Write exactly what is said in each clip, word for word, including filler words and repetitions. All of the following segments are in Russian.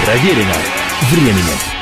Проверено временем.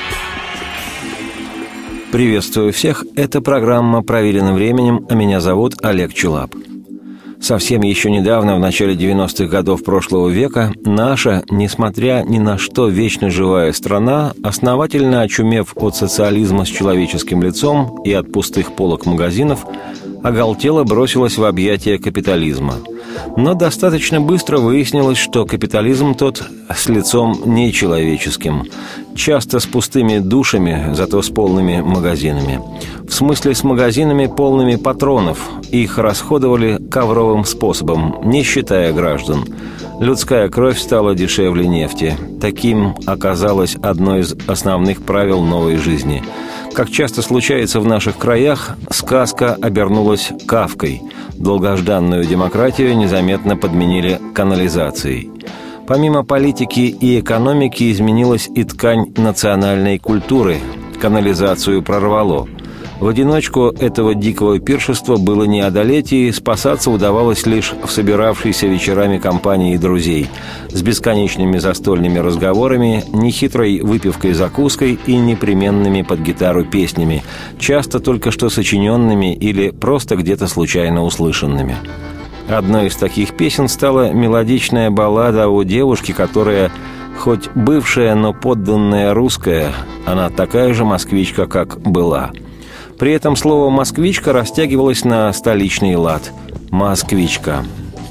Приветствую всех. Это программа «Проверено временем», а меня зовут Олег Челап. Совсем еще недавно, в начале девяностых годов прошлого века, наша, несмотря ни на что вечно живая страна, основательно очумев от социализма с человеческим лицом и от пустых полок магазинов, оголтело бросилась в объятия капитализма. Но достаточно быстро выяснилось, что капитализм тот с лицом нечеловеческим, часто с пустыми душами, зато с полными магазинами. В смысле, с магазинами, полными патронов. Их расходовали ковровым способом, не считая граждан. Людская кровь стала дешевле нефти. Таким оказалось одно из основных правил новой жизни. Как часто случается в наших краях, сказка обернулась Кафкой. Долгожданную демократию незаметно подменили канализацией. Помимо политики и экономики изменилась и ткань национальной культуры. Канализацию прорвало. В одиночку этого дикого пиршества было не одолеть, и спасаться удавалось лишь в собиравшейся вечерами компании друзей, с бесконечными застольными разговорами, нехитрой выпивкой-закуской и непременными под гитару песнями, часто только что сочиненными или просто где-то случайно услышанными. Одной из таких песен стала мелодичная баллада о девушке, которая, хоть бывшая, но подданная русская, она такая же москвичка, как была. При этом слово «москвичка» растягивалось на столичный лад – «москвичка».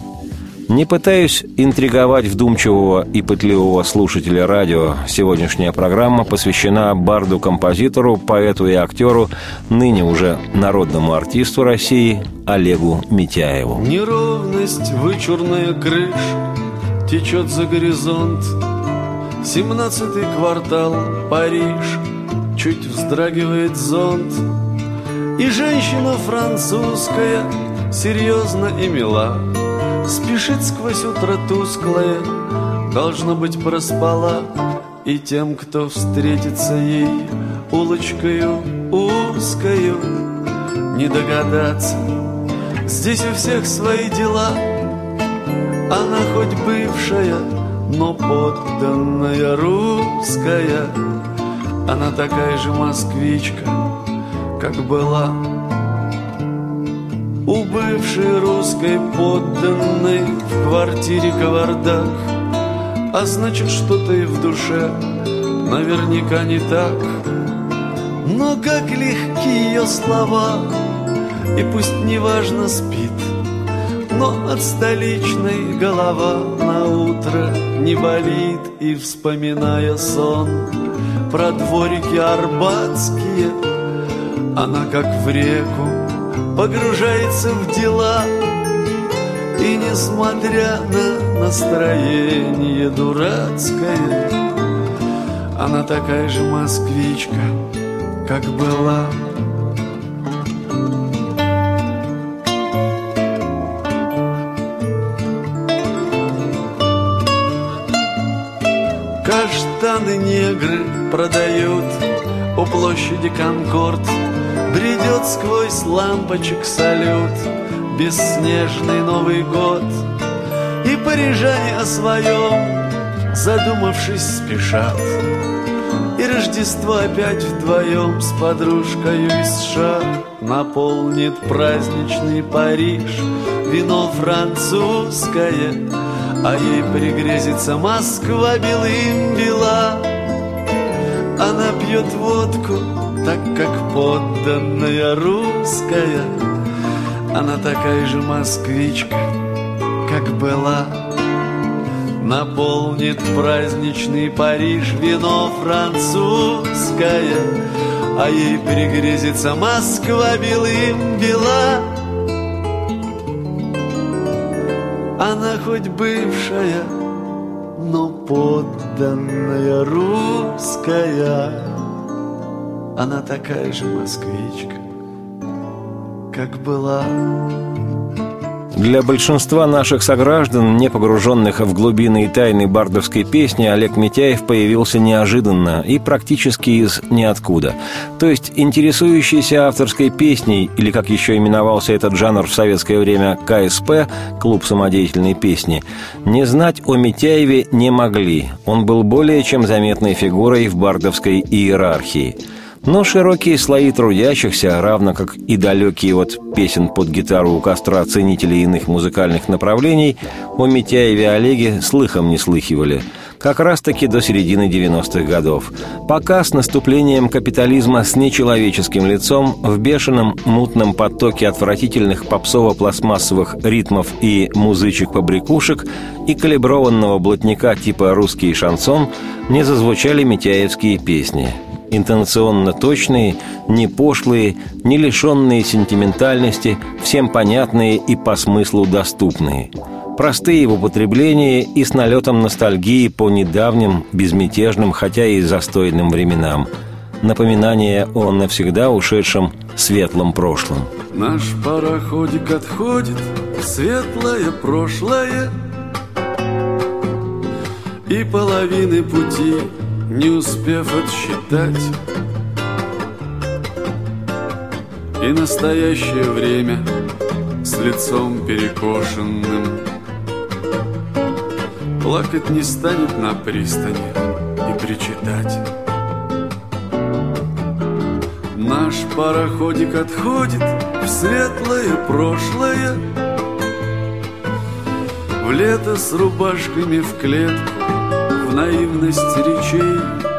Не пытаюсь интриговать вдумчивого и пытливого слушателя радио. Сегодняшняя программа посвящена барду-композитору, поэту и актеру, ныне уже народному артисту России Олегу Митяеву. Неровность, вычурная крыш течет за горизонт. Семнадцатый квартал, Париж, чуть вздрагивает зонт. И женщина французская серьезно и мила, спешит сквозь утро тусклое, должно быть, проспала. И тем, кто встретится ей улочкою узкою, не догадаться, здесь у всех свои дела. Она хоть бывшая, но подданная русская, она такая же москвичка, как была. У бывшей русской подданной в квартире кавардак, а значит, что-то и в душе наверняка не так. Но как легки ее слова, и пусть неважно спит, но от столичной голова на утро не болит. И, вспоминая сон про дворики арбатские, она как в реку погружается в дела. И, несмотря на настроение дурацкое, она такая же москвичка, как была. Каштаны негры продают у площади Конкорд. Бредет сквозь лампочек салют бесснежный Новый год. И парижане о своем, задумавшись, спешат. И Рождество опять вдвоем с подружкой из США наполнит праздничный Париж вино французское, а ей пригрезится Москва белым бела. Она пьет водку, так как подданная русская, она такая же москвичка, как была. Наполнит праздничный Париж вино французское, а ей пригрезится Москва белым бела. Она хоть бывшая, но подданная русская, она такая же москвичка, как была. Для большинства наших сограждан, не погруженных в глубины и тайны бардовской песни, Олег Митяев появился неожиданно и практически из ниоткуда. То есть интересующиеся авторской песней, или как еще именовался этот жанр в советское время, ка эс пэ, клуб самодеятельной песни, не знать о Митяеве не могли. Он был более чем заметной фигурой в бардовской иерархии. Но широкие слои трудящихся, равно как и далекие от песен под гитару у костра ценителей иных музыкальных направлений, о Митяеве Олеге слыхом не слыхивали. Как раз-таки до середины девяностых годов. Пока с наступлением капитализма с нечеловеческим лицом в бешеном мутном потоке отвратительных попсово-пластмассовых ритмов и музычек-побрякушек и калиброванного блатника типа «русский шансон» не зазвучали митяевские песни. Интонационно точные, не пошлые, не лишенные сентиментальности, всем понятные и по смыслу доступные. Простые в употреблении и с налетом ностальгии по недавним, безмятежным, хотя и застойным временам. Напоминание о навсегда ушедшем светлом прошлом. Наш пароходик отходит в светлое прошлое, и половины пути не успев отсчитать, и настоящее время с лицом перекошенным плакать не станет на пристани и причитать. Наш пароходик отходит в светлое прошлое, в лето с рубашками в клетку, в наивность речей,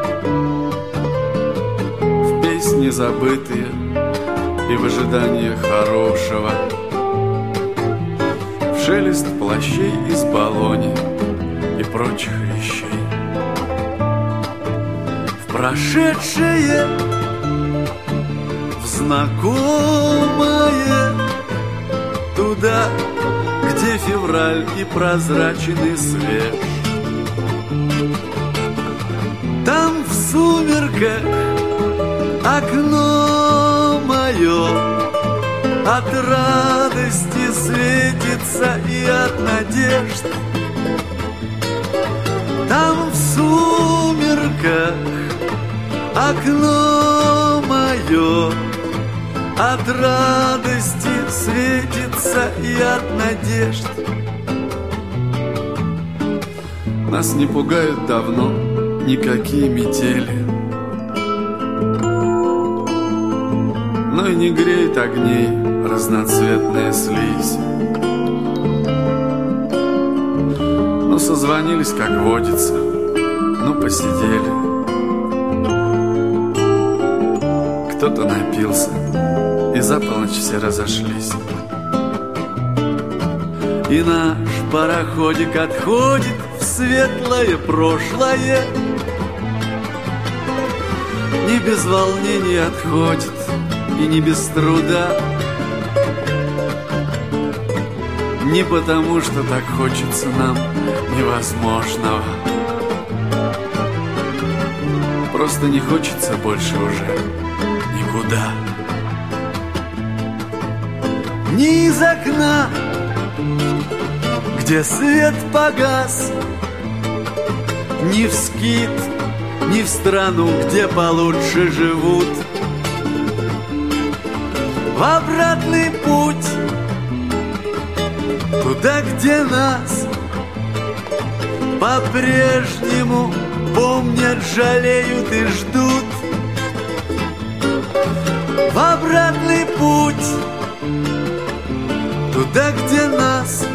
в песни забытые и в ожидании хорошего, в шелест плащей из баллони и прочих вещей, в прошедшее, в знакомое, туда, где февраль и прозрачен и свеж. Там в сумерках окно мое от радости светится и от надежд. Там в сумерках окно мое от радости светится и от надежд. Нас не пугают давно никакие метели, но и не греет огней разноцветная слизь. Ну, созвонились, как водится, ну, посидели. Кто-то напился, и за полночь все разошлись. И наш пароходик отходит в светлое прошлое, не без волнения отходит и не без труда, не потому, что так хочется нам невозможного, просто не хочется больше уже никуда. Ни из окна, где свет погас, ни в скит, ни в страну, где получше живут. В обратный путь, туда, где нас по-прежнему помнят, жалеют и ждут. В обратный путь, туда, где нас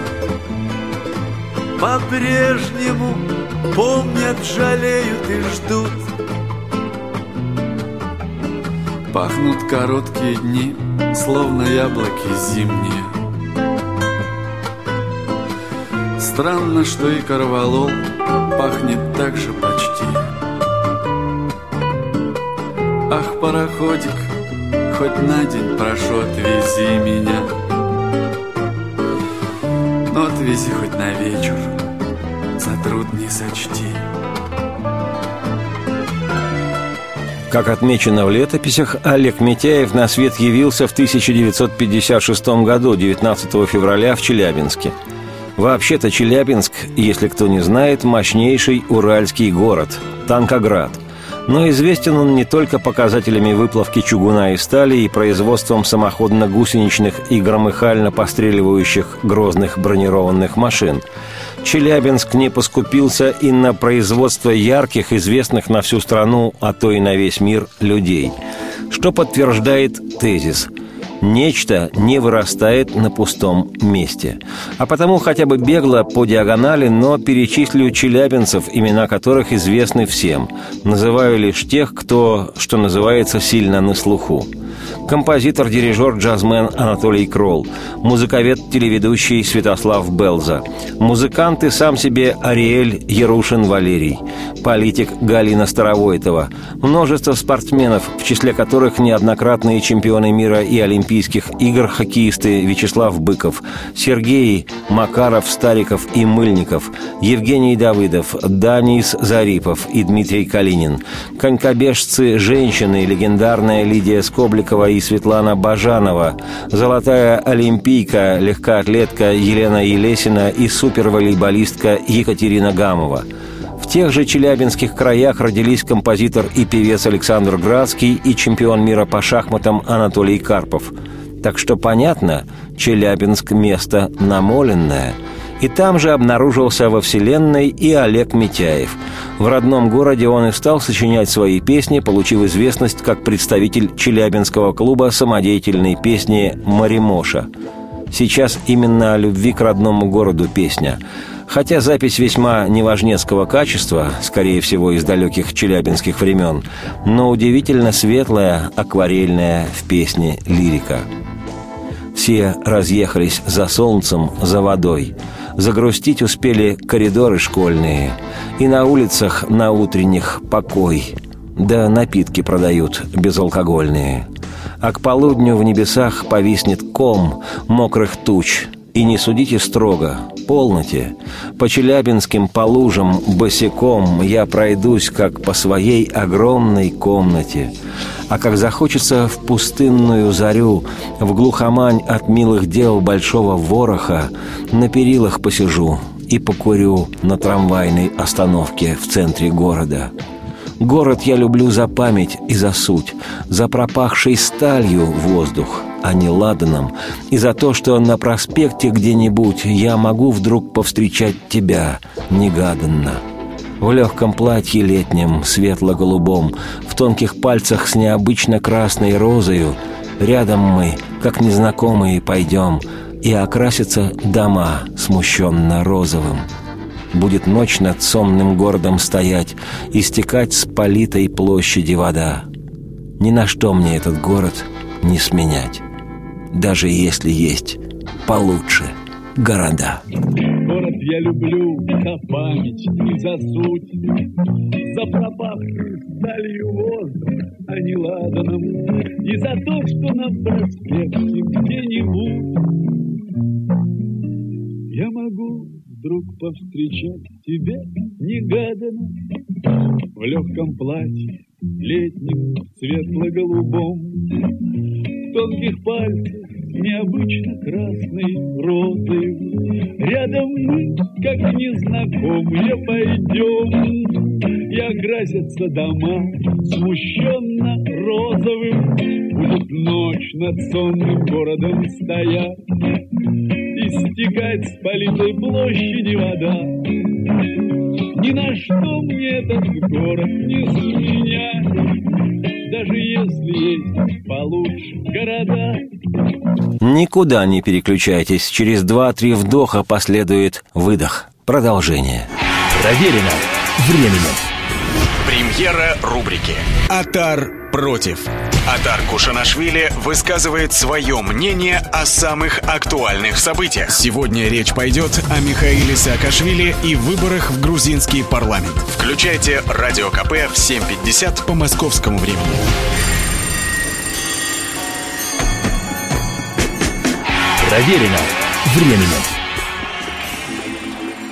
по-прежнему помнят, жалеют и ждут. Пахнут короткие дни, словно яблоки зимние. Странно, что и корвалол пахнет так же почти. Ах, пароходик, хоть на день прошу, отвези меня. Но отвези хоть на вечер, за труд не сочти. Как отмечено в летописях, Олег Митяев на свет явился в тысяча девятьсот пятьдесят шестом году, девятнадцатого февраля, в Челябинске. Вообще-то Челябинск, если кто не знает, мощнейший уральский город – Танкоград. Но известен он не только показателями выплавки чугуна и стали и производством самоходно-гусеничных и громыхально постреливающих грозных бронированных машин. Челябинск не поскупился и на производство ярких, известных на всю страну, а то и на весь мир, людей. Что подтверждает тезис – нечто не вырастает на пустом месте. А потому хотя бы бегло по диагонали, но перечислю челябинцев, имена которых известны всем. Называю лишь тех, кто, что называется, сильно на слуху. Композитор, дирижер, джазмен Анатолий Кролл, музыковед, телеведущий Святослав Белза, музыкант и сам себе Ариэль Ярушин Валерий, политик Галина Старовойтова, множество спортсменов, в числе которых неоднократные чемпионы мира и Олимпийских игр хоккеисты Вячеслав Быков, Сергей Макаров, Стариков и Мыльников, Евгений Давыдов, Данис Зарипов и Дмитрий Калинин, конькобежцы женщины, легендарная Лидия Скобликова и Светлана Бажанова, золотая олимпийка, легкоатлетка Елена Елесина и суперволейболистка Екатерина Гамова. В тех же челябинских краях родились композитор и певец Александр Градский и чемпион мира по шахматам Анатолий Карпов. Так что понятно, Челябинск – место намоленное. И там же обнаружился во вселенной и Олег Митяев. В родном городе он и стал сочинять свои песни, получив известность как представитель челябинского клуба самодеятельной песни «Маримоша». Сейчас именно о любви к родному городу песня. Хотя запись весьма неважнецкого качества, скорее всего, из далеких челябинских времен, но удивительно светлая, акварельная в песне лирика. Все разъехались за солнцем, за водой. Загрустить успели коридоры школьные. И на улицах на утренних покой. Да напитки продают безалкогольные. А к полудню в небесах повиснет ком мокрых туч. И не судите строго, полноте. По челябинским по лужам босиком я пройдусь, как по своей огромной комнате. А как захочется в пустынную зарю, в глухомань от милых дел большого вороха, на перилах посижу и покурю на трамвайной остановке в центре города. Город я люблю за память и за суть, за пропахший сталью воздух, а не ладаном, и за то, что на проспекте где-нибудь я могу вдруг повстречать тебя негаданно. В легком платье летнем, светло-голубом, в тонких пальцах с необычно красной розою, рядом мы, как незнакомые, пойдем, и окрасятся дома смущенно розовым. Будет ночь над сонным городом стоять и стекать с политой площади вода. Ни на что мне этот город не сменять, даже если есть получше города. Город я люблю за память и за суть, за пропахший сталью воздух, а не ладаном, и за то, что на проспекте где-нибудь я могу вдруг повстречать тебя негаданно в легком платье, летнем, светло-голубом, в тонких пальцах необычно красной розой. Рядом мы, как незнакомые, пойдем, и окрасятся дома смущенно розовым. Будет ночь над сонным городом стоять и стекать с политой площади вода. Ни на что мне этот город не сменять, даже если есть получше города. Никуда не переключайтесь. Через два-три вдоха последует выдох. Продолжение. Проверено временем. Премьера рубрики «Атар против». Атар Кушанашвили высказывает свое мнение о самых актуальных событиях. Сегодня речь пойдет о Михаиле Саакашвили и выборах в грузинский парламент. Включайте Радио КП в семь пятьдесят по московскому времени. Проверено временем.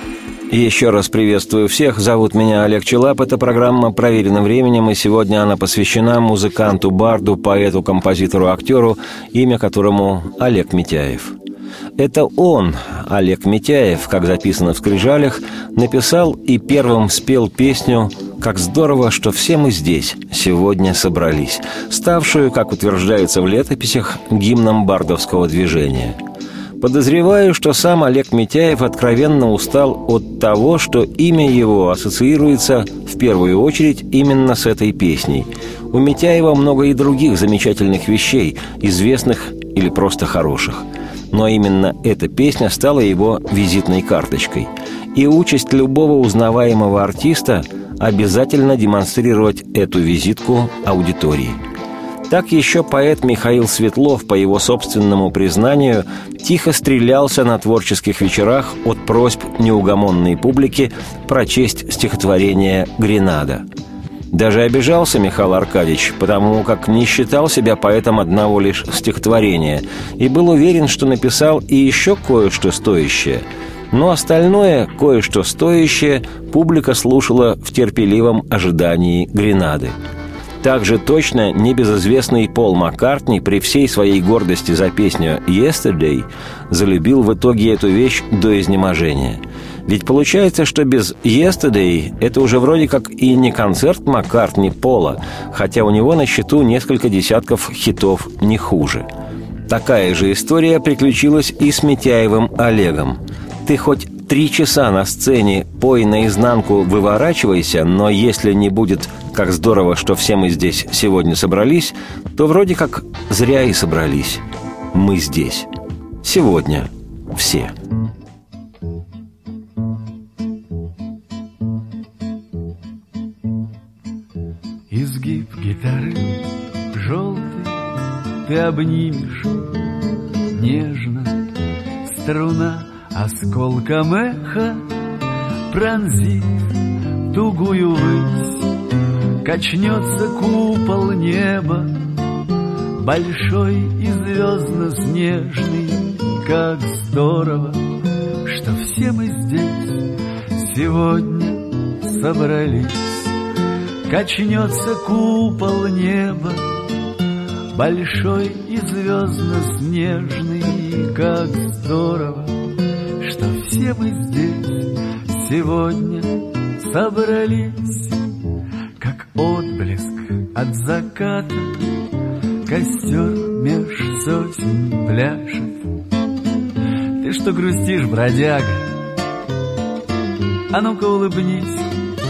Еще раз приветствую всех. Зовут меня Олег Челап. Эта программа «Проверена временем», и сегодня она посвящена музыканту, барду, поэту, композитору, актеру, имя которому Олег Митяев. Это он, Олег Митяев, как записано в «Скрижалях», написал и первым спел песню «Как здорово, что все мы здесь сегодня собрались», ставшую, как утверждается в летописях, гимном бардовского движения. Подозреваю, что сам Олег Митяев откровенно устал от того, что имя его ассоциируется в первую очередь именно с этой песней. У Митяева много и других замечательных вещей, известных или просто хороших. Но именно эта песня стала его визитной карточкой. И участь любого узнаваемого артиста – обязательно демонстрировать эту визитку аудитории. Так еще поэт Михаил Светлов, по его собственному признанию, тихо стрелялся на творческих вечерах от просьб неугомонной публики прочесть стихотворение «Гренада». Даже обижался Михаил Аркадьевич, потому как не считал себя поэтом одного лишь стихотворения и был уверен, что написал и еще кое-что стоящее. Но остальное, кое-что стоящее, публика слушала в терпеливом ожидании «Гренады». Также точно небезызвестный Пол Маккартни при всей своей гордости за песню «Yesterday» залюбил в итоге эту вещь до изнеможения. Ведь получается, что без «Yesterday» это уже вроде как и не концерт Маккартни Пола, хотя у него на счету несколько десятков хитов не хуже. Такая же история приключилась и с Митяевым Олегом. Ты хоть три часа на сцене пой наизнанку, выворачивайся, но если не будет «Как здорово, что все мы здесь сегодня собрались», то вроде как зря и собрались. Мы здесь. Сегодня. Все. Изгиб гитары желтый ты обнимешь нежно, струна осколком эха пронзит тугую высь, качнется купол неба, большой и звездно-снежный. Как здорово, что все мы здесь сегодня собрались. Качнется купол неба, большой и звездно-снежный. Как здорово, что все мы здесь сегодня собрались. Как отблеск от заката, костер меж сосен пляшет. Ты что грустишь, бродяга? А ну-ка улыбнись.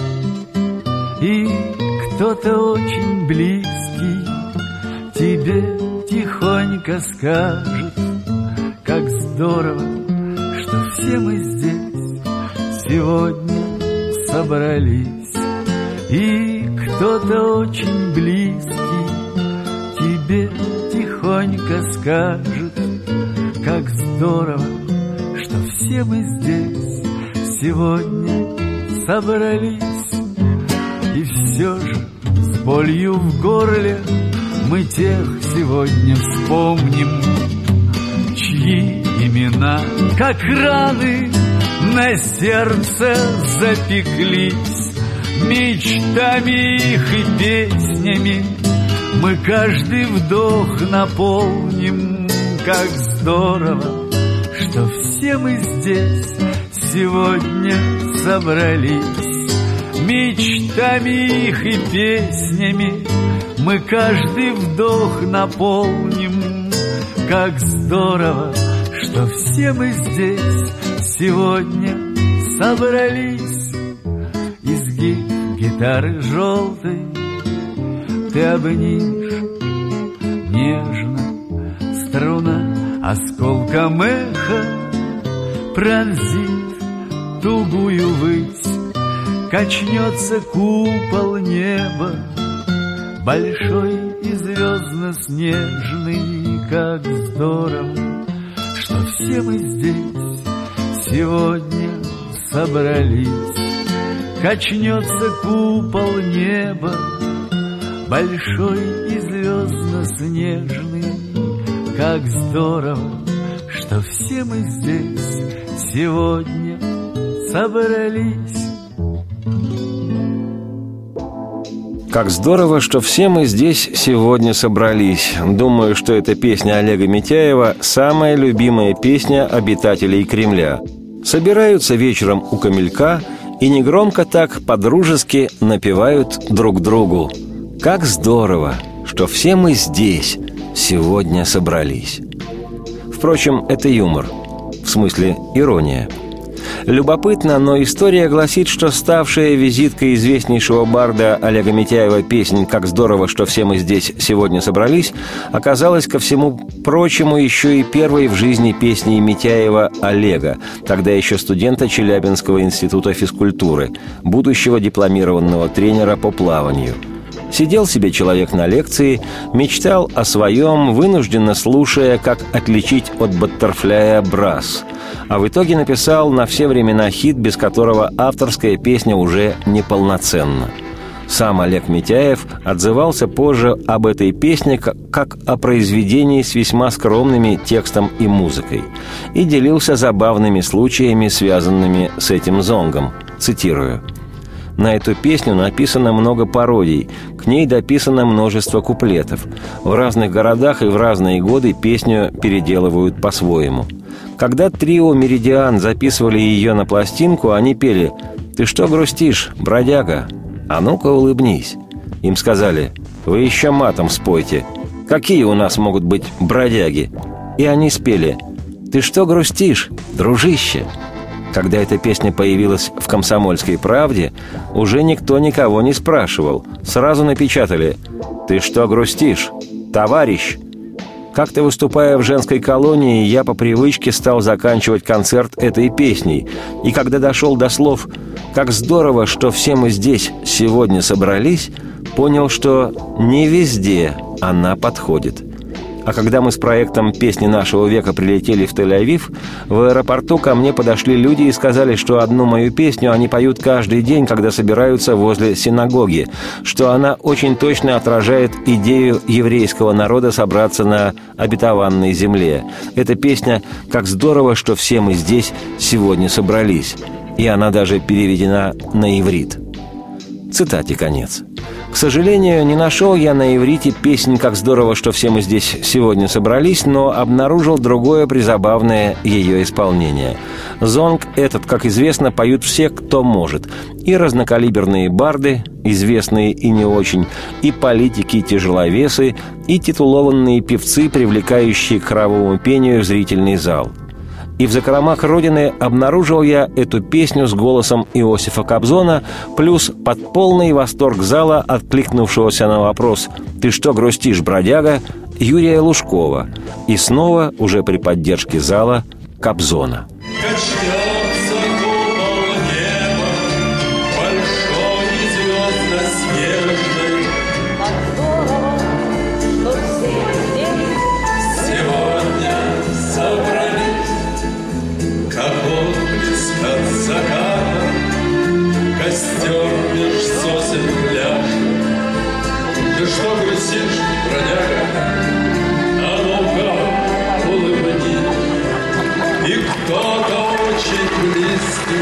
И кто-то очень близкий тебе тихонько скажет: как здорово, что все мы здесь сегодня собрались. И кто-то очень близкий тебе тихонько скажет: как здорово, что все мы здесь сегодня собрались. И все же с болью в горле мы тех сегодня вспомним, чьи имена, как раны, на сердце запеклись. Мечтами их и песнями мы каждый вдох наполним. Как здорово, что все мы здесь сегодня собрались. Мечтами их и песнями мы каждый вдох наполним. Как здорово, что все мы здесь сегодня собрались. Изгиб гитары желтой ты обнимешь нежно, струна осколком эха пронзит тугую высь. Качнется купол неба, большой и звездно-снежный. Как здорово, что все мы здесь сегодня собрались. Качнется купол неба, большой и звездно-снежный. Как здорово, что все мы здесь сегодня собрались. Как здорово, что все мы здесь сегодня собрались. Думаю, что эта песня Олега Митяева – самая любимая песня обитателей Кремля. Собираются вечером у камелька и негромко так по-дружески напевают друг другу. Как здорово, что все мы здесь сегодня собрались. Впрочем, это юмор, в смысле ирония. Любопытно, но история гласит, что ставшая визиткой известнейшего барда Олега Митяева песня «Как здорово, что все мы здесь сегодня собрались» оказалась, ко всему прочему, еще и первой в жизни песней Митяева Олега, тогда еще студента Челябинского института физкультуры, будущего дипломированного тренера по плаванию. Сидел себе человек на лекции, мечтал о своем, вынужденно слушая, как отличить от баттерфляя брасс, а в итоге написал на все времена хит, без которого авторская песня уже неполноценна. Сам Олег Митяев отзывался позже об этой песне как, как о произведении с весьма скромными текстом и музыкой, и делился забавными случаями, связанными с этим зонгом. Цитирую: «На эту песню написано много пародий, к ней дописано множество куплетов. В разных городах и в разные годы песню переделывают по-своему. Когда трио «Меридиан» записывали ее на пластинку, они пели: «Ты что грустишь, бродяга? А ну-ка улыбнись». Им сказали: «Вы еще матом спойте. Какие у нас могут быть бродяги?» И они спели: «Ты что грустишь, дружище?» Когда эта песня появилась в «Комсомольской правде», уже никто никого не спрашивал. Сразу напечатали: «Ты что грустишь, товарищ?» Как-то, выступая в женской колонии, я по привычке стал заканчивать концерт этой песней. И когда дошел до слов «Как здорово, что все мы здесь сегодня собрались», понял, что не везде она подходит. А когда мы с проектом «Песни нашего века» прилетели в Тель-Авив, в аэропорту ко мне подошли люди и сказали, что одну мою песню они поют каждый день, когда собираются возле синагоги, что она очень точно отражает идею еврейского народа собраться на обетованной земле. Эта песня «Как здорово, что все мы здесь сегодня собрались». И она даже переведена на иврит. Цитате конец. К сожалению, не нашел я на иврите песнь «Как здорово, что все мы здесь сегодня собрались», но обнаружил другое призабавное ее исполнение. Зонг этот, как известно, поют все, кто может. И разнокалиберные барды, известные и не очень, и политики-тяжеловесы, и титулованные певцы, привлекающие к хоровому пению в зрительный зал. И в закромах Родины обнаружил я эту песню с голосом Иосифа Кобзона, плюс под полный восторг зала, откликнувшегося на вопрос «Ты что грустишь, бродяга?», Юрия Лужкова. И снова, уже при поддержке зала, Кобзона. Костер меж сосен пляж. Ты что грустишь, бродяга? А ну-ка улыбнись. И кто-то очень близкий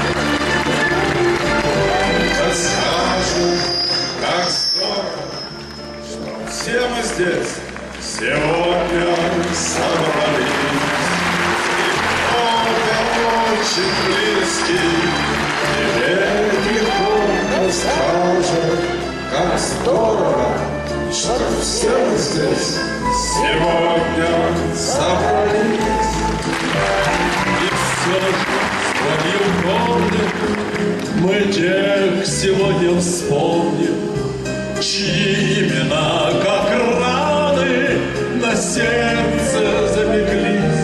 расскажет, как здорово, что все мы здесь сегодня собрались. И кто-то очень близкий тебе легко расскажет, как здорово, что все мы здесь сегодня собрались. И все же в твоем годе мы тех сегодня вспомним, чьи имена, как раны, на сердце запеклись.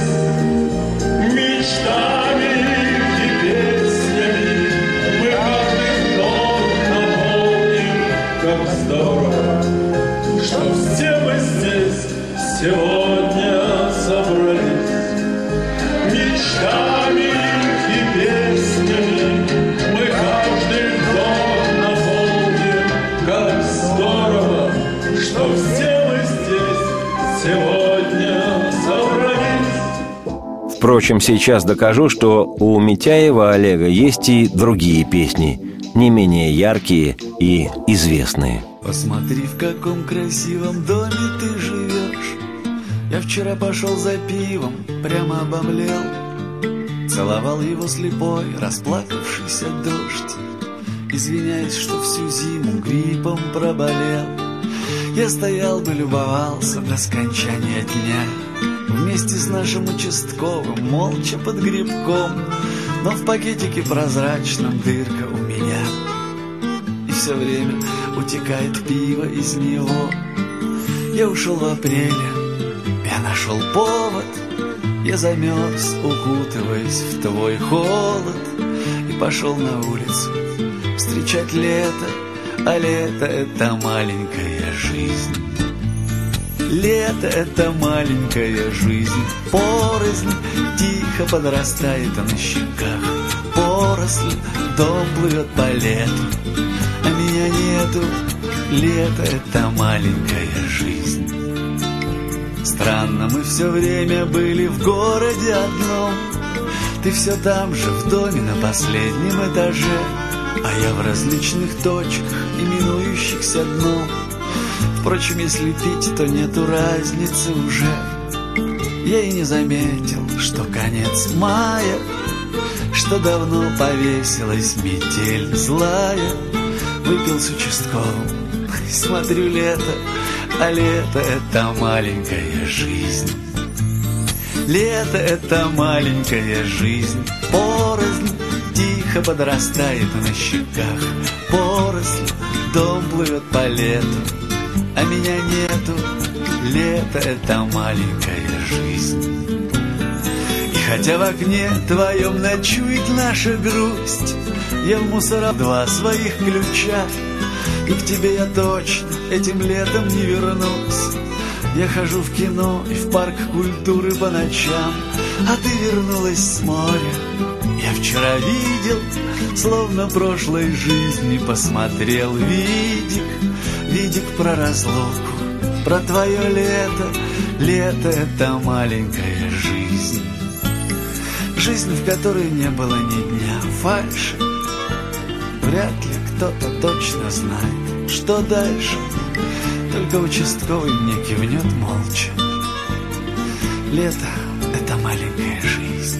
Мечтами и песнями мы каждый вдох напомним, как здорово, что все мы здесь сегодня собрались. Мечтами и песнями мы каждый вдох напомним, как здорово, что все мы здесь сегодня Впрочем, сейчас докажу, что у Митяева Олега есть и другие песни, не менее яркие и известные. Посмотри, в каком красивом доме ты живешь. Я вчера пошел за пивом, прямо обомлел. Целовал его слепой, расплакавшийся дождь, извиняясь, что всю зиму гриппом проболел. Я стоял бы, любовался до скончания дня вместе с нашим участковым, молча под грибком. Но в пакетике прозрачном дырка у меня, и все время утекает пиво из него. Я ушел в апреле, я нашел повод. Я замерз, укутываясь в твой холод, и пошел на улицу встречать лето. А лето — это маленькая жизнь. Лето — это маленькая жизнь. Поросль тихо подрастает на щеках. Поросль, дом плывет по лету, а меня нету. Лето — это маленькая жизнь. Странно, мы все время были в городе одном. Ты все там же, в доме на последнем этаже, а я в различных точках, именующихся дном. Впрочем, если пить, то нету разницы уже. Я и не заметил, что конец мая, что давно повесилась метель злая. Выпил с участковым, смотрю лето, а лето — это маленькая жизнь. Лето — это маленькая жизнь. Поросль тихо подрастает на щеках. Поросль, дом плывет по лету, а меня нету. Лето — это маленькая жизнь. И хотя в окне твоем ночует наша грусть, я в мусора два своих ключа, и к тебе я точно этим летом не вернусь. Я хожу в кино и в парк культуры по ночам, а ты вернулась с моря. Я вчера видел, словно прошлой жизни посмотрел видик, видик про разлуку, про твое лето. Лето — это маленькая жизнь. Жизнь, в которой не было ни дня фальши. Вряд ли кто-то точно знает, что дальше. Только участковый мне кивнет молча. Лето — это маленькая жизнь.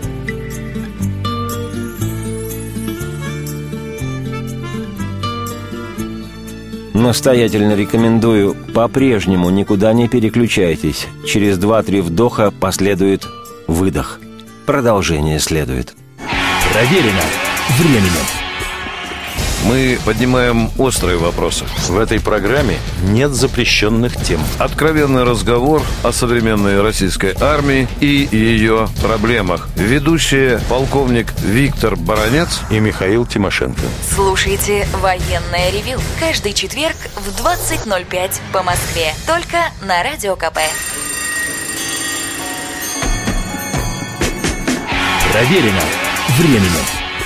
Настоятельно рекомендую, по-прежнему никуда не переключайтесь. Через два-три вдоха последует выдох. Продолжение следует. Проверено временем. Мы поднимаем острые вопросы. В этой программе нет запрещенных тем. Откровенный разговор о современной российской армии и ее проблемах. Ведущие полковник Виктор Баранец и Михаил Тимошенко. Слушайте «Военное ревю» каждый четверг в двадцать ноль пять по Москве. Только на Радио ка пэ. Проверено временем.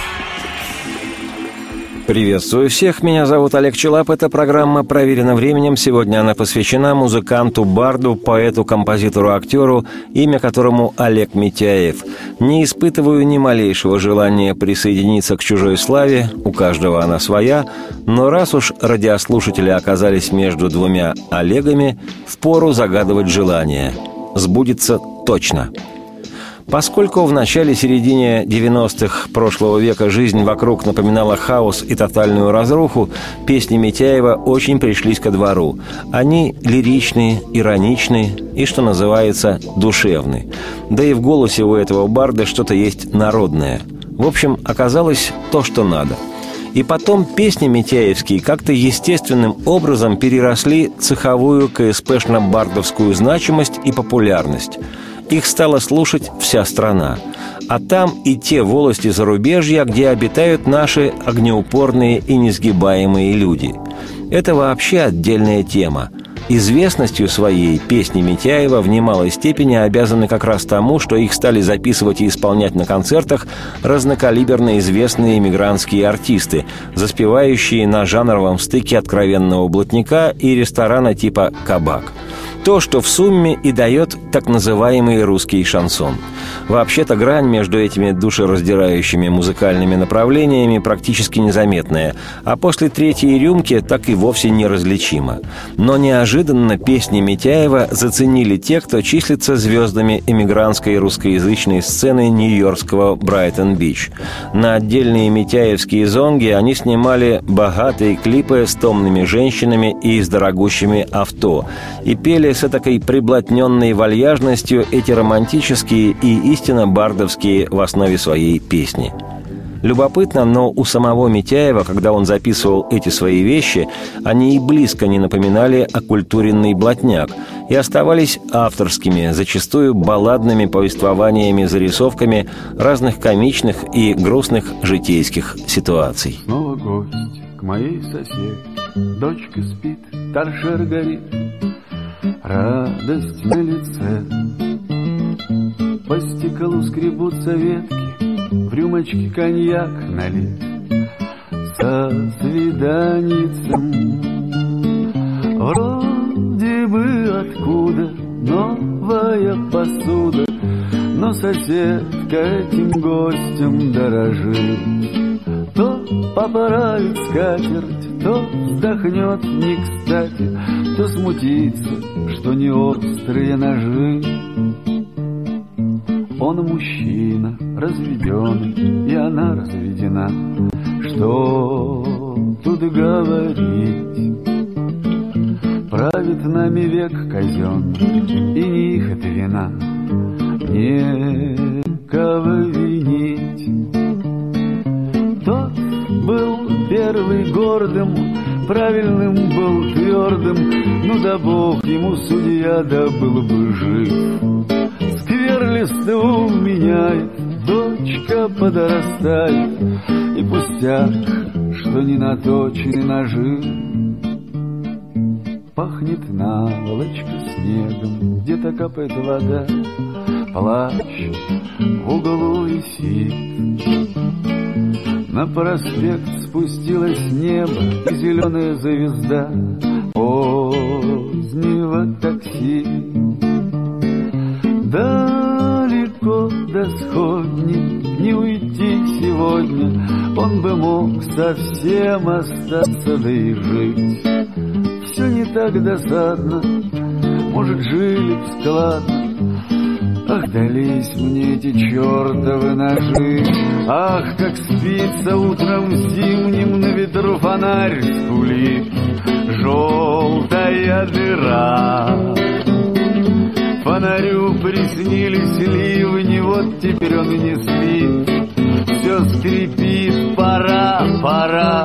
Приветствую всех, меня зовут Олег Челап, эта программа «Проверена временем». Сегодня она посвящена музыканту, барду, поэту, композитору, актеру, имя которому Олег Митяев. Не испытываю ни малейшего желания присоединиться к чужой славе, у каждого она своя, но раз уж радиослушатели оказались между двумя Олегами, впору загадывать желание. Сбудется точно. Поскольку в начале-середине девяностых прошлого века жизнь вокруг напоминала хаос и тотальную разруху, песни Митяева очень пришлись ко двору. Они лиричные, ироничные и, что называется, душевные. Да и в голосе у этого барда что-то есть народное. В общем, оказалось то, что надо. И потом песни митяевские как-то естественным образом переросли цеховую ка эс пэ-шно-бардовскую значимость и популярность. Их стала слушать вся страна. А там и те волости зарубежья, где обитают наши огнеупорные и несгибаемые люди. Это вообще отдельная тема. Известностью своей песни Митяева в немалой степени обязаны как раз тому, что их стали записывать и исполнять на концертах разнокалиберно известные эмигрантские артисты, заспевающие на жанровом стыке откровенного блатника и ресторана типа «Кабак». То, что в сумме и дает так называемый русский шансон. Вообще-то грань между этими душераздирающими музыкальными направлениями практически незаметная, а после третьей рюмки так и вовсе неразличима. Но неожиданно песни Митяева заценили те, кто числится звездами эмигрантской русскоязычной сцены нью-йоркского Брайтон-Бич. На отдельные митяевские зонги они снимали богатые клипы с томными женщинами и с дорогущими авто и пели с этакой приблотненной вальяжностью эти романтические и истинно бардовские в основе своей песни. Любопытно, но у самого Митяева, когда он записывал эти свои вещи, они и близко не напоминали окультуренный блатняк и оставались авторскими, зачастую балладными повествованиями-зарисовками разных комичных и грустных житейских ситуаций. Снова гость к моей соседке, дочка спит, торшер горит, радость на лице. По стеклу скребутся ветки, в рюмочке коньяк налит. Со свиданицем вроде бы откуда новая посуда, но соседка этим гостем дорожит. То поправит скатерть, то вздохнет не кстати, то смутится, что не острые ножи. Он мужчина, разведенный, и она разведена. Что тут говорить? Правит нами век казенный, и не их это вина. Некого винить. Тот был первый гордым, правильным был твердым. Ну да бог ему судья, да был бы жив. Сквер листву меняет, дочка подрастает, и пустяк, что не наточены ножи. Пахнет наволочка снегом, где-то капает вода, плачет, в углу висит. На проспект спустилось небо и зеленая звезда позднего такси. Далеко до сходни не уйти сегодня, он бы мог совсем остаться, да и жить. Все не так досадно, может, жили б складно. Ах, дались мне эти чертовы ножи. Ах, как спится утром зимним, на ветру фонарь скулит. Желтая дыра. Фонарю приснились ливни, вот теперь он и не спит. Все скрипит, пора, пора.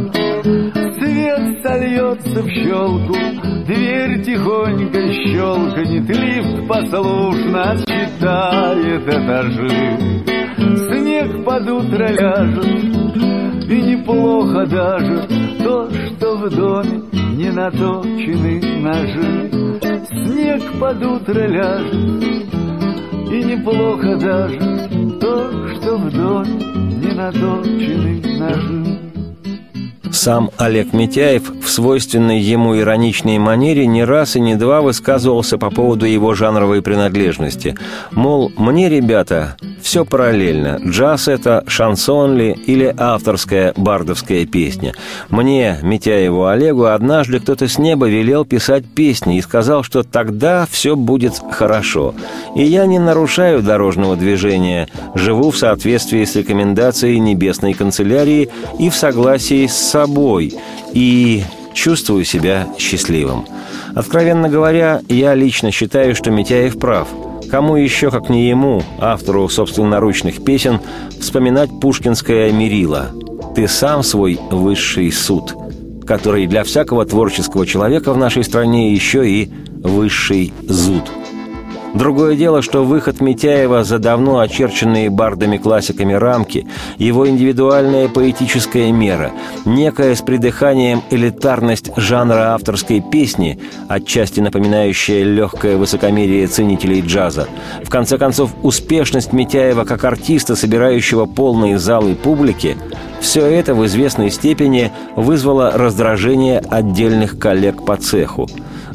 Свет сольется в щелку, дверь тихонько щелканет, лифт послушно считает этажи. Снег под утро ляжет, и неплохо даже то, что в доме не наточены ножи. Снег под утро ляжет, и неплохо даже то, что в доме не наточены ножи. Сам Олег Митяев в свойственной ему ироничной манере не раз и не два высказывался по поводу его жанровой принадлежности. Мол, мне, ребята, все параллельно. Джаз это, шансон ли или авторская бардовская песня. Мне, Митяеву Олегу, однажды кто-то с неба велел писать песни и сказал, что тогда все будет хорошо. И я не нарушаю дорожного движения, живу в соответствии с рекомендацией Небесной канцелярии и в согласии с собой, и чувствую себя счастливым. Откровенно говоря, я лично считаю, что Митяев прав. Кому еще, как не ему, автору собственноручных песен, вспоминать пушкинское мерило «Ты сам свой высший суд», который для всякого творческого человека в нашей стране еще и высший зуд. Другое дело, что выход Митяева за давно очерченные бардами-классиками рамки, его индивидуальная поэтическая мера, некая с придыханием элитарность жанра авторской песни, отчасти напоминающая легкое высокомерие ценителей джаза, в конце концов, успешность Митяева как артиста, собирающего полные залы публики, все это в известной степени вызвало раздражение отдельных коллег по цеху.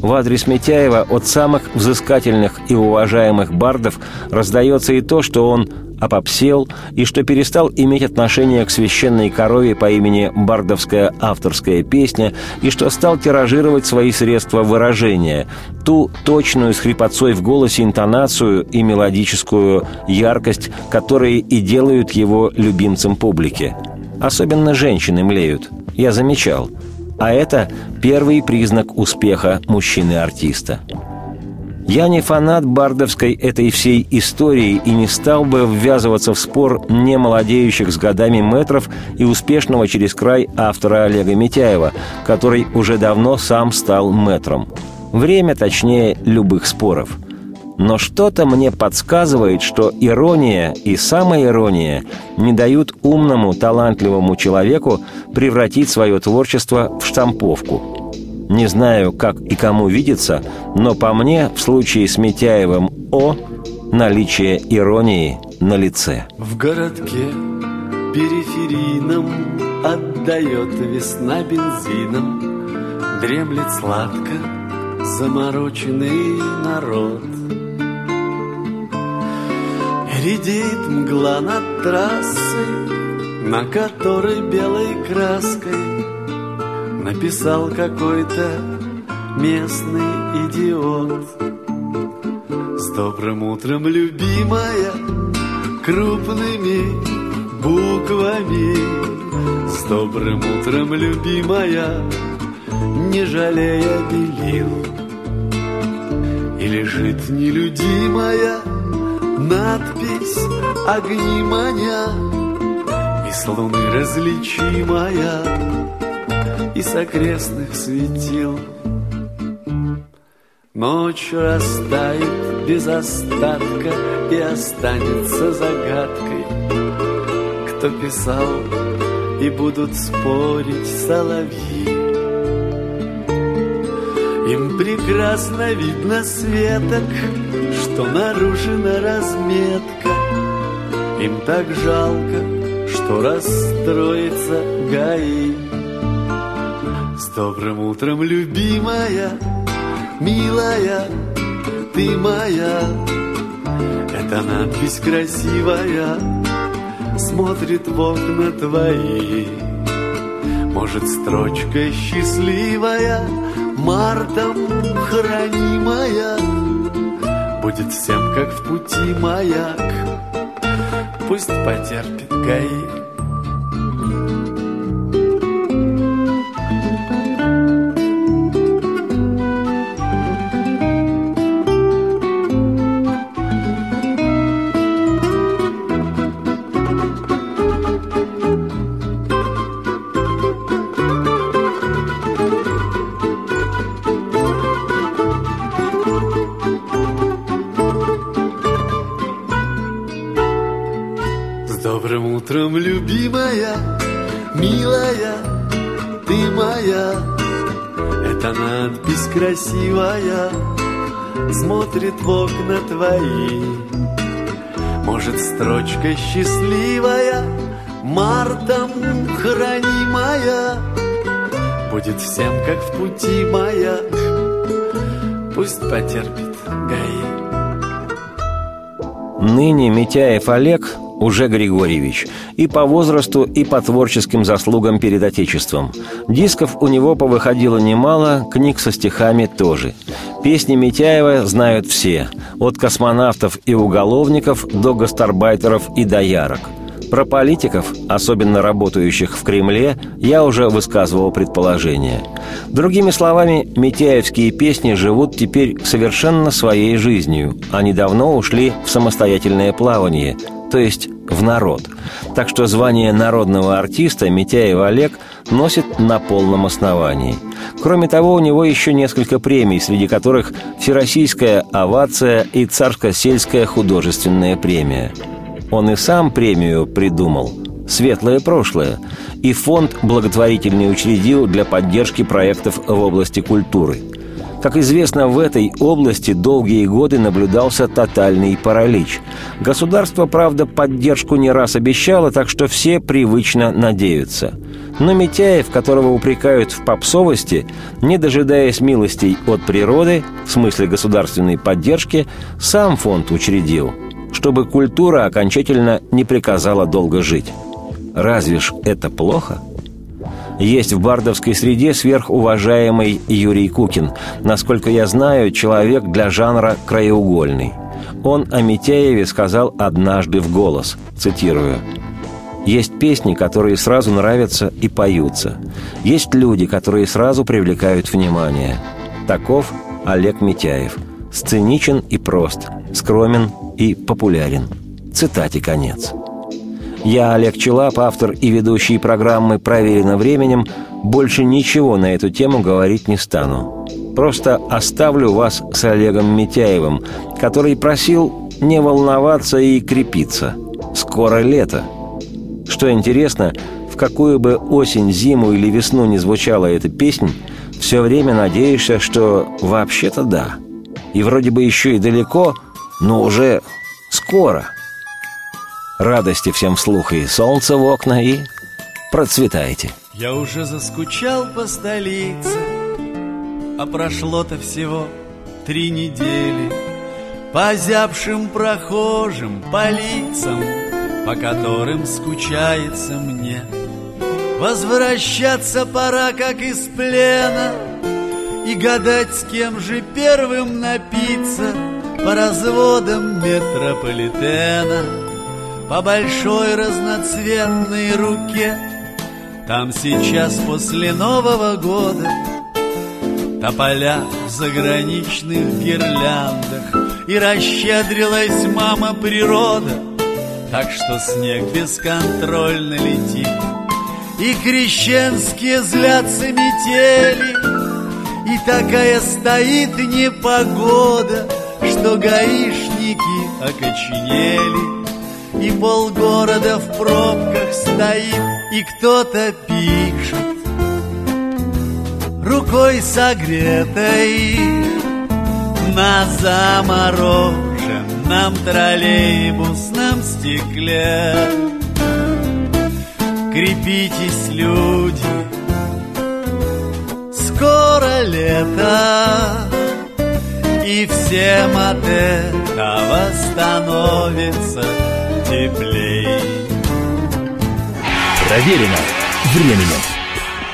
В адрес Митяева от самых взыскательных и уважаемых бардов раздается и то, что он опопсел и что перестал иметь отношение к священной корове по имени «Бардовская авторская песня», и что стал тиражировать свои средства выражения, ту точную с хрипотцой в голосе интонацию и мелодическую яркость, которые и делают его любимцем публики. Особенно женщины млеют, я замечал. А это первый признак успеха мужчины-артиста. Я не фанат бардовской этой всей истории и не стал бы ввязываться в спор не молодеющих с годами мэтров и успешного через край автора Олега Митяева, который уже давно сам стал мэтром. Время, точнее, любых споров. Но что-то мне подсказывает, что ирония и самоирония не дают умному, талантливому человеку превратить свое творчество в штамповку. Не знаю, как и кому видится, но по мне, в случае с Митяевым О, наличие иронии на лице. В городке периферийном отдает весна бензином, дремлет сладко замороченный народ. Редеет мгла над трассой, на которой белой краской написал какой-то местный идиот. С добрым утром, любимая, крупными буквами. С добрым утром, любимая, не жалея белил. И лежит нелюдимая надпись «Огни маня», и с луны различимая из окрестных светил. Ночь растает без остатка и останется загадкой, кто писал, и будут спорить соловьи. Им прекрасно видно светок, что нарушена разметка. Им так жалко, что расстроится ГАИ. С добрым утром, любимая, милая, ты моя. Эта надпись красивая смотрит в окна твои. Может, строчка счастливая, мартом хранимая, будет всем, как в пути маяк. Пусть потерпит ГАИ. Утром, любимая, милая, ты моя. Эта надпись красивая смотрит в окна твои. Может, строчка счастливая, мартом хранимая, будет всем, как в пути маяк. Пусть потерпит ГАИ. Ныне Митяев Олег уже Григорьевич, и по возрасту, и по творческим заслугам перед Отечеством. Дисков у него повыходило немало, книг со стихами тоже. Песни Митяева знают все, от космонавтов и уголовников до гастарбайтеров и доярок. Про политиков, особенно работающих в Кремле, я уже высказывал предположение. Другими словами, митяевские песни живут теперь совершенно своей жизнью. Они давно ушли в самостоятельное плавание, то есть в народ. Так что звание народного артиста Митяев Олег носит на полном основании. Кроме того, у него еще несколько премий, среди которых Всероссийская овация и Царско-сельская художественная премия. Он и сам премию придумал «Светлое прошлое», и фонд благотворительный учредил для поддержки проектов в области культуры. Как известно, в этой области долгие годы наблюдался тотальный паралич. Государство, правда, поддержку не раз обещало, так что все привычно надеются. Но Митяев, которого упрекают в попсовости, не дожидаясь милостей от природы, в смысле государственной поддержки, сам фонд учредил, чтобы культура окончательно не приказала долго жить. Разве ж это плохо? Есть в бардовской среде сверхуважаемый Юрий Кукин. Насколько я знаю, человек для жанра краеугольный. Он о Митяеве сказал однажды в голос, цитирую: «Есть песни, которые сразу нравятся и поются. Есть люди, которые сразу привлекают внимание. Таков Олег Митяев. Сценичен и прост, скромен и популярен». Цитате конец. Я, Олег Челап, автор и ведущий программы «Проверено временем», больше ничего на эту тему говорить не стану. Просто оставлю вас с Олегом Митяевым, который просил не волноваться и крепиться. Скоро лето. Что интересно, в какую бы осень, зиму или весну не звучала эта песня, все время надеешься, что вообще-то да. И вроде бы еще и далеко, но уже скоро. Радости всем вслух и солнце в окна, и процветайте. Я уже заскучал по столице, а прошло-то всего три недели. По озябшим прохожим, по лицам, по которым скучается мне. Возвращаться пора, как из плена, и гадать, с кем же первым напиться. По разводам метрополитена, по большой разноцветной руке. Там сейчас после Нового года тополя в заграничных гирляндах, и расщедрилась мама природа, так что снег бесконтрольно летит, и крещенские злятся метели, и такая стоит непогода, что гаишники окоченели. И полгорода в пробках стоит, и кто-то пишет рукой согретой на замороженном троллейбусном стекле. Крепитесь, люди, скоро лето, и всем от этого становится теплей. Проверено временем.